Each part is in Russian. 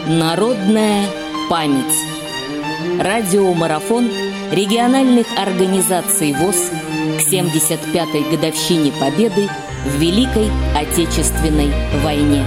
Народная память. Радиомарафон региональных организаций ВОС к 75-й годовщине Победы в Великой Отечественной войне.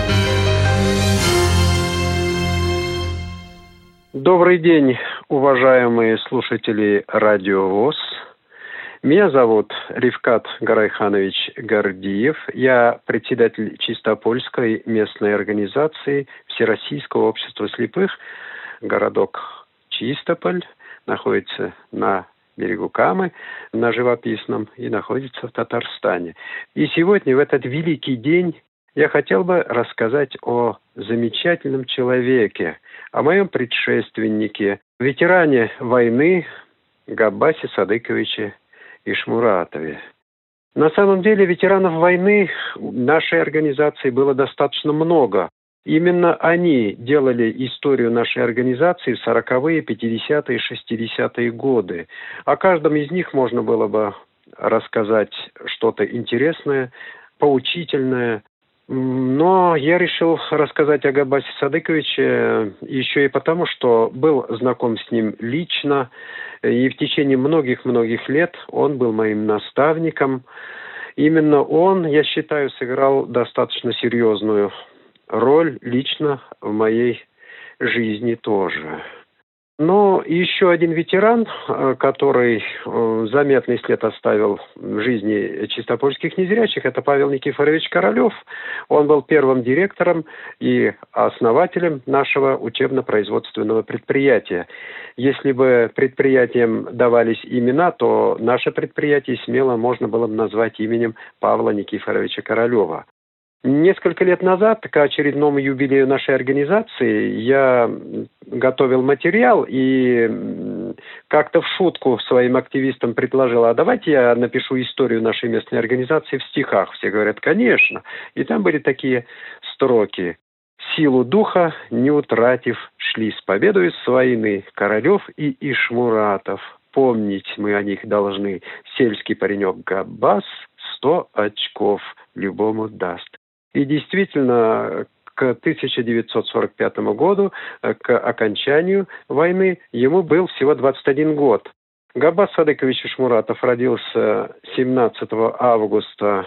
Добрый день, уважаемые слушатели Радио ВОС. Меня зовут Ривкат Гарайханович Гордиев. Я председатель Чистопольской местной организации Всероссийского общества слепых. Городок Чистополь находится на берегу Камы, на живописном, и находится в Татарстане. И сегодня, в этот великий день, я хотел бы рассказать о замечательном человеке, о моем предшественнике, ветеране войны Габбасе Садыковиче Ишмуратове. На самом деле ветеранов войны в нашей организации было достаточно много. Именно они делали историю нашей организации в 40-е, 50-е, 60-е годы. О каждом из них можно было бы рассказать что-то интересное, поучительное. Но я решил рассказать о Габбасе Садыковиче еще и потому, что был знаком с ним лично, и в течение многих-многих лет он был моим наставником. Именно он, я считаю, сыграл достаточно серьезную роль лично в моей жизни тоже. Но еще один ветеран, который заметный след оставил в жизни чистопольских незрячих, это Павел Никифорович Королев. Он был первым директором и основателем нашего учебно-производственного предприятия. Если бы предприятиям давались имена, то наше предприятие смело можно было бы назвать именем Павла Никифоровича Королева. Несколько лет назад, к очередному юбилею нашей организации, я готовил материал и как-то в шутку своим активистам предложил: а давайте я напишу историю нашей местной организации в стихах. Все говорят: конечно. И там были такие строки: «Силу духа не утратив, шли с победою с войны Королев и Ишмуратов. Помнить мы о них должны. Сельский паренек Габбас 100 очков любому даст». И действительно, к 1945 году, к окончанию войны, ему был всего 21 год. Габбас Садыкович Ишмуратов родился 17 августа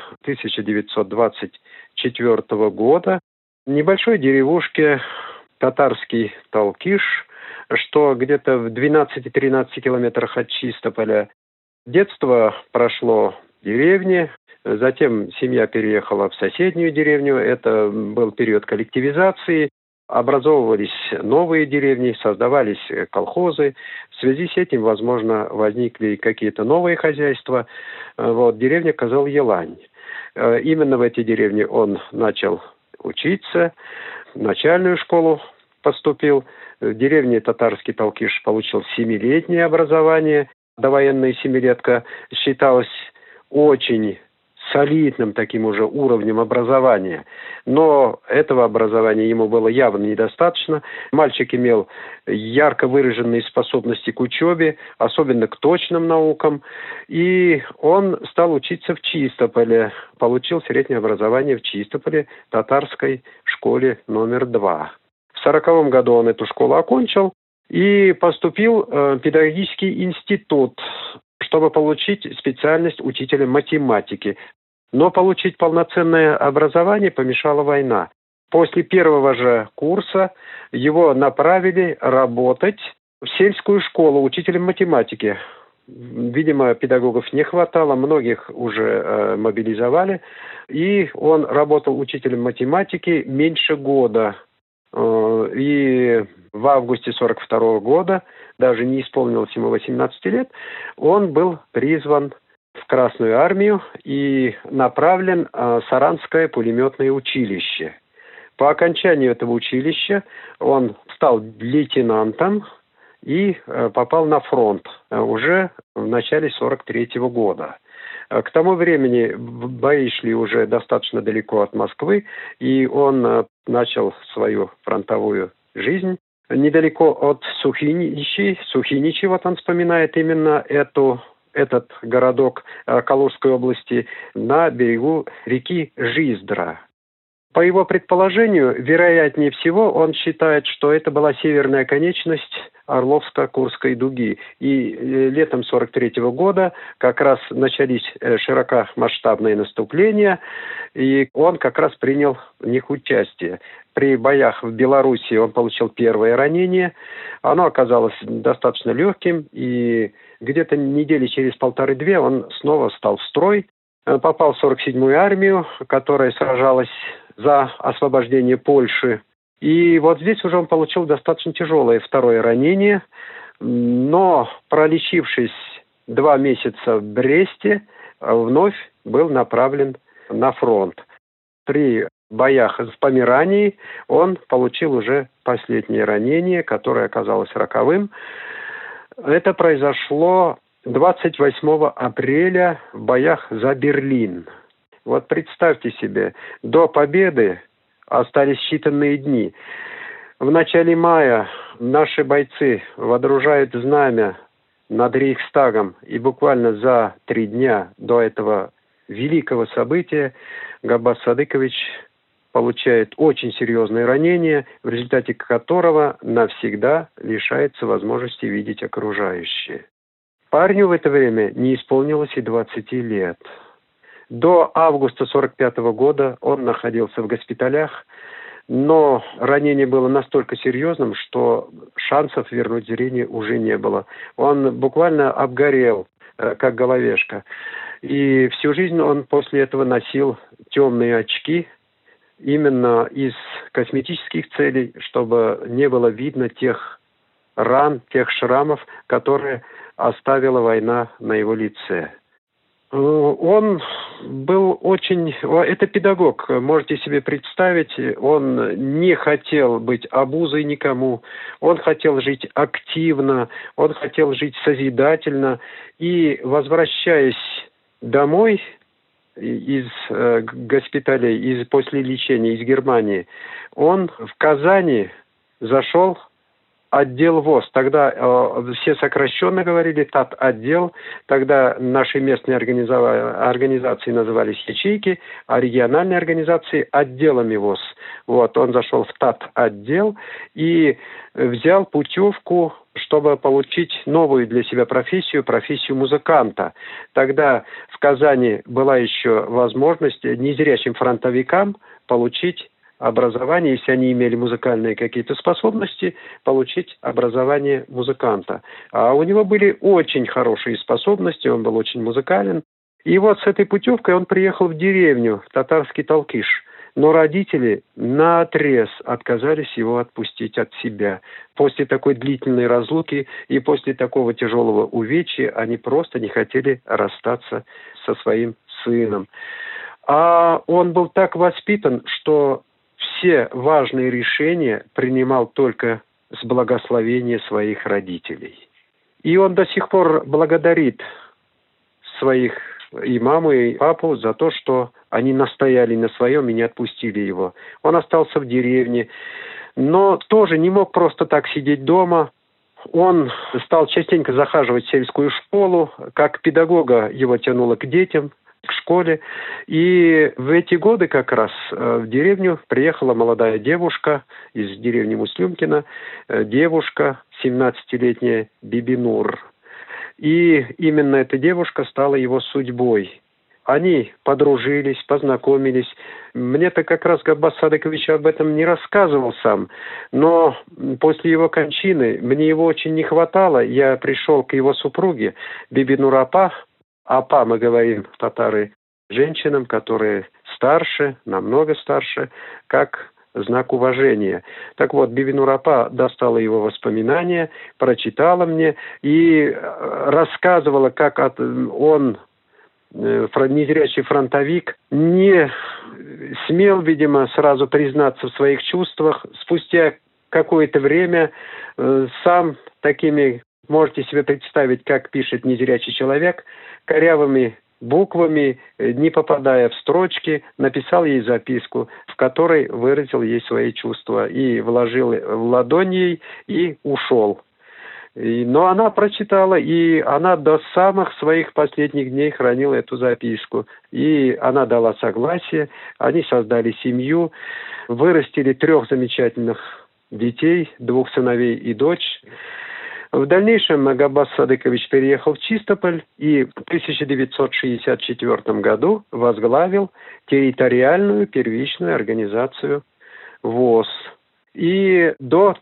1924 года в небольшой деревушке Татарский Талкиш, что где-то в 12-13 километрах от Чистополя. Детство прошло в деревне. Затем семья переехала в соседнюю деревню. Это был период коллективизации. Образовывались новые деревни, создавались колхозы. В связи с этим, возможно, возникли какие-то новые хозяйства. Деревня Кызыл-Елань. Именно в эти деревни он начал учиться. В начальную школу поступил. В деревне Татарский Талкиш получил 7-летнее образование. Довоенная семилетка считалась очень солидным таким уже уровнем образования. Но этого образования ему было явно недостаточно. Мальчик имел ярко выраженные способности к учебе, особенно к точным наукам. И он стал учиться в Чистополе. Получил среднее образование в Чистополе, татарской школе номер 2. В 1940 году он эту школу окончил и поступил в педагогический институт, чтобы получить специальность учителя математики. Но получить полноценное образование помешала война. После первого же курса его направили работать в сельскую школу учителем математики. Видимо, педагогов не хватало, многих уже мобилизовали. И он работал учителем математики меньше года. И в августе 1942 года, даже не исполнилось ему 18 лет, он был призван в Красную армию и направлен в Саранское пулеметное училище. По окончанию этого училища он стал лейтенантом и попал на фронт уже в начале 1943 года. К тому времени бои шли уже достаточно далеко от Москвы, и он начал свою фронтовую жизнь недалеко от Сухиничи. Сухиничи, вот он вспоминает именно этот городок Калужской области на берегу реки Жиздра. По его предположению, вероятнее всего, он считает, что это была северная конечность Орловско-Курской дуги. И летом 43-го года как раз начались широкомасштабные наступления, и он как раз принял в них участие. При боях в Белоруссии он получил первое ранение. Оно оказалось достаточно легким, и где-то недели через полторы-две он снова стал в строй. Попал в 47-ю армию, которая сражалась за освобождение Польши. И вот здесь уже он получил достаточно тяжелое второе ранение, но пролечившись 2 месяца в Бресте, вновь был направлен на фронт. При боях в Померании он получил уже последнее ранение, которое оказалось роковым. Это произошло 28 апреля в боях за Берлин. Вот представьте себе, до победы остались считанные дни. В начале мая наши бойцы водружают знамя над Рейхстагом, и буквально за 3 дня до этого великого события Габбас Садыкович получает очень серьезное ранение, в результате которого навсегда лишается возможности видеть окружающее. Парню в это время не исполнилось и 20 лет. До августа 1945 года он находился в госпиталях, но ранение было настолько серьезным, что шансов вернуть зрение уже не было. Он буквально обгорел, как головешка. И всю жизнь он после этого носил темные очки, именно из косметических целей, чтобы не было видно тех ран, тех шрамов, которые оставила война на его лице. Он был очень... Это педагог, можете себе представить. Он не хотел быть обузой никому. Он хотел жить активно, он хотел жить созидательно. И, возвращаясь домой из госпиталей, после лечения из Германии, он в Казани зашел отдел ВОС. Тогда все сокращенно говорили ТАТ-отдел. Тогда наши местные организации назывались ячейки, а региональные организации отделами ВОС. Вот, он зашел в ТАТ-отдел и взял путевку, чтобы получить новую для себя профессию музыканта. Тогда в Казани была еще возможность незрячим фронтовикам получить образование, если они имели музыкальные какие-то способности, получить образование музыканта. А у него были очень хорошие способности, он был очень музыкален. И вот с этой путевкой он приехал в деревню, в татарский Талкиш. Но родители наотрез отказались его отпустить от себя. После такой длительной разлуки и после такого тяжелого увечья они просто не хотели расстаться со своим сыном. А он был так воспитан, что все важные решения принимал только с благословения своих родителей. И он до сих пор благодарит своих и маму, и папу за то, что они настояли на своем и не отпустили его. Он остался в деревне, но тоже не мог просто так сидеть дома. Он стал частенько захаживать в сельскую школу, как педагога его тянуло к детям, к школе. И в эти годы как раз в деревню приехала молодая девушка из деревни Муслюмкина, девушка 17-летняя Бибинур. И именно эта девушка стала его судьбой. Они подружились, познакомились. Мне-то как раз Габбас Садыкович об этом не рассказывал сам, но после его кончины мне его очень не хватало. Я пришел к его супруге Бибинур Апа. Апа, мы говорим, татары, женщинам, которые старше, намного старше, как знак уважения. Так вот, Бибинур Апа достала его воспоминания, прочитала мне и рассказывала, как он, незрячий фронтовик, не смел, видимо, сразу признаться в своих чувствах. Спустя какое-то время сам такими, можете себе представить, как пишет незрячий человек, корявыми буквами, не попадая в строчки, написал ей записку, в которой выразил ей свои чувства и вложил в ладонь ей и ушел. Но она прочитала, и она до самых своих последних дней хранила эту записку. И она дала согласие, они создали семью, вырастили 3 замечательных детей, 2 сыновей и дочь. В дальнейшем Габбас Садыкович переехал в Чистополь и в 1964 году возглавил территориальную первичную организацию ВОС. И до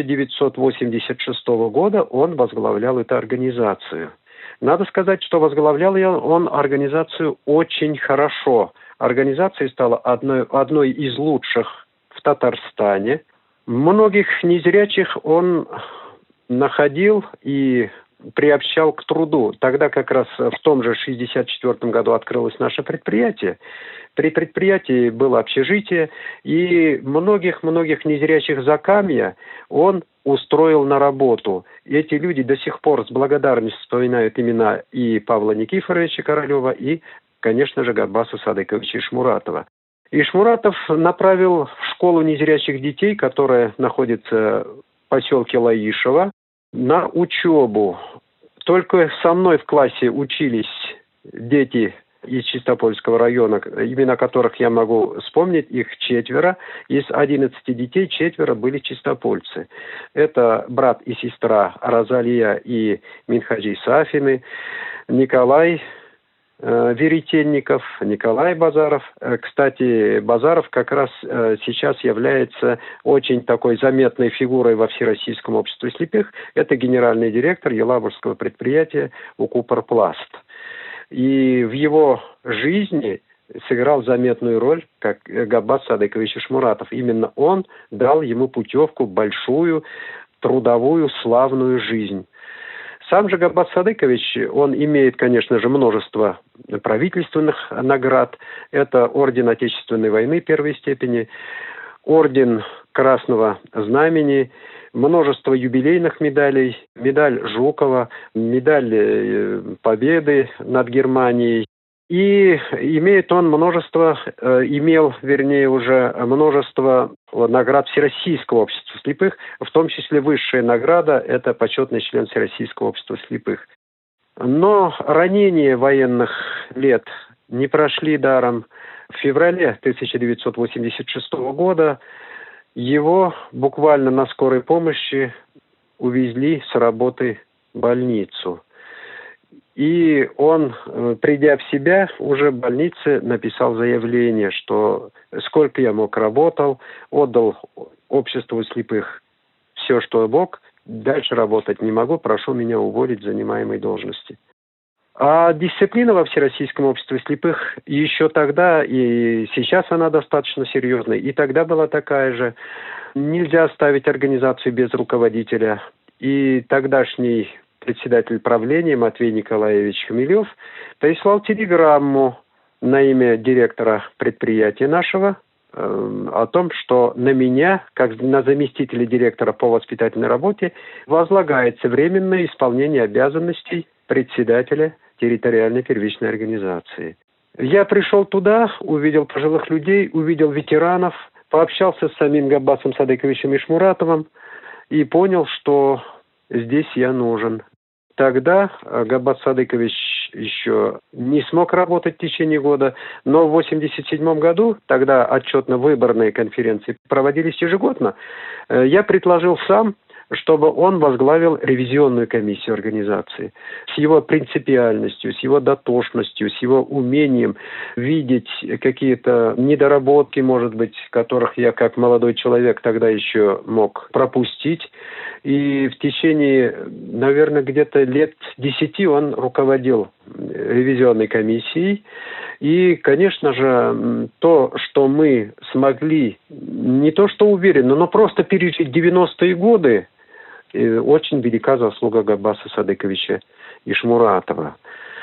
1986 года он возглавлял эту организацию. Надо сказать, что возглавлял он организацию очень хорошо. Организация стала одной из лучших в Татарстане. Многих незрячих он находил и приобщал к труду. Тогда как раз в том же 1964 году открылось наше предприятие. При предприятии было общежитие, и многих незрячих Закамья он устроил на работу. Эти люди до сих пор с благодарностью вспоминают имена и Павла Никифоровича Королева, и, конечно же, Габбаса Садыковича Ишмуратова. Ишмуратов направил в школу незрячих детей, которая находится в поселке Лаишево, на учебу. Только со мной в классе учились дети из Чистопольского района, имена которых я могу вспомнить, их 4. Из 11 детей 4 были чистопольцы. Это брат и сестра Розалия и Минхаджи Сафины, Николай Веретенников, Николай Базаров. Кстати, Базаров как раз сейчас является очень такой заметной фигурой во Всероссийском обществе слепых. Это генеральный директор елабужского предприятия «Укупорпласт». И в его жизни сыграл заметную роль как Габбас Садыкович Ишмуратов. Именно он дал ему путевку в большую, трудовую, славную жизнь. Сам же Габбас Садыкович, он имеет, конечно же, множество правительственных наград. Это орден Отечественной войны первой степени, орден Красного Знамени, множество юбилейных медалей, медаль Жукова, медаль Победы над Германией. И имел множество наград Всероссийского общества слепых, в том числе высшая награда – это почетный член Всероссийского общества слепых. Но ранения военных лет не прошли даром. В феврале 1986 года его буквально на скорой помощи увезли с работы в больницу. И он, придя в себя, уже в больнице написал заявление, что сколько я мог работал, отдал обществу слепых все, что мог, дальше работать не могу, прошу меня уволить с занимаемой должности. А дисциплина во Всероссийском обществе слепых еще тогда, и сейчас она достаточно серьезная, и тогда была такая же. Нельзя оставить организацию без руководителя. И тогдашний председатель правления Матвей Николаевич Хмелев прислал телеграмму на имя директора предприятия нашего о том, что на меня, как на заместителя директора по воспитательной работе, возлагается временное исполнение обязанностей председателя территориальной первичной организации. Я пришел туда, увидел пожилых людей, увидел ветеранов, пообщался с самим Габбасом Садыковичем Ишмуратовым и понял, что здесь я нужен. Тогда Габбас Садыкович еще не смог работать в течение года, но в 1987 году, тогда отчетно-выборные конференции проводились ежегодно, я предложил сам, чтобы он возглавил ревизионную комиссию организации. С его принципиальностью, с его дотошностью, с его умением видеть какие-то недоработки, может быть, которых я как молодой человек тогда еще мог пропустить. И в течение, наверное, где-то лет 10 он руководил ревизионной комиссией. И, конечно же, то, что мы смогли, не то что уверенно, но просто пережить 90-е годы, очень велика заслуга Габбаса Садыковича Ишмуратова.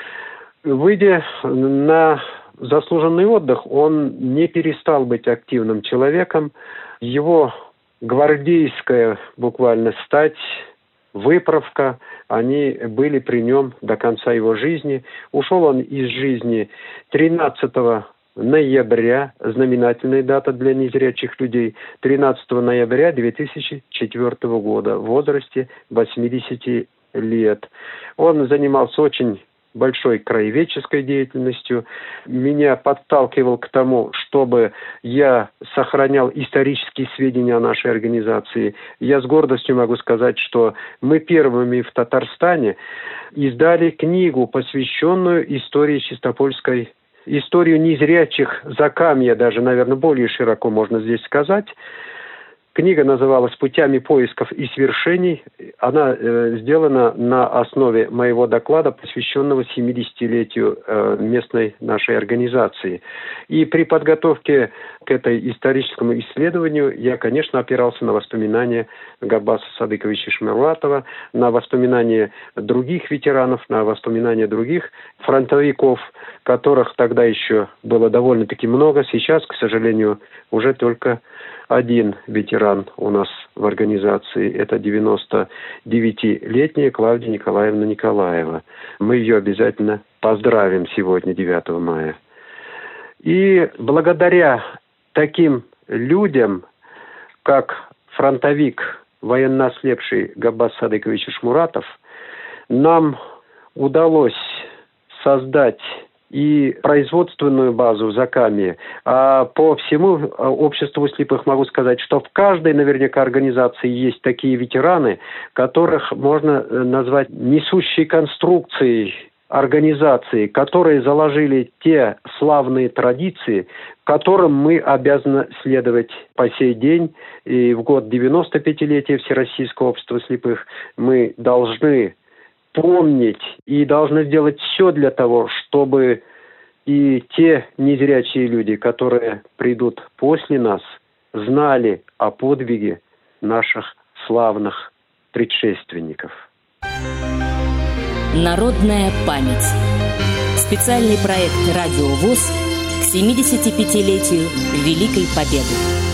Выйдя на заслуженный отдых, он не перестал быть активным человеком. Его гвардейская буквально стать, выправка, они были при нем до конца его жизни. Ушел он из жизни 13 ноября, знаменательная дата для незрячих людей, 13 ноября 2004 года, в возрасте 80 лет. Он занимался очень большой краеведческой деятельностью. Меня подталкивал к тому, чтобы я сохранял исторические сведения о нашей организации. Я с гордостью могу сказать, что мы первыми в Татарстане издали книгу, посвященную истории Чистопольской, историю незрячих Закамья, даже, наверное, более широко можно здесь сказать. Книга называлась «Путями поисков и свершений». Она сделана на основе моего доклада, посвященного 70-летию местной нашей организации. И при подготовке к этой историческому исследованию я, конечно, опирался на воспоминания Габбаса Садыковича Шмуратова, на воспоминания других ветеранов, на воспоминания других фронтовиков, которых тогда еще было довольно-таки много. Сейчас, к сожалению, уже только один ветеран у нас в организации. Это 99-летняя Клавдия Николаевна Николаева. Мы ее обязательно поздравим сегодня, 9 мая. И благодаря таким людям, как фронтовик, военнослепший Габбас Садыкович Шмуратов, нам удалось создать и производственную базу в Закамье. А по всему обществу слепых могу сказать, что в каждой наверняка организации есть такие ветераны, которых можно назвать несущей конструкцией организации, которые заложили те славные традиции, которым мы обязаны следовать по сей день. И в год 95-летия Всероссийского общества слепых мы должны помнить и должны сделать все для того, чтобы и те незрячие люди, которые придут после нас, знали о подвиге наших славных предшественников. Народная память. Специальный проект «Радио ВОС» к 75-летию Великой Победы.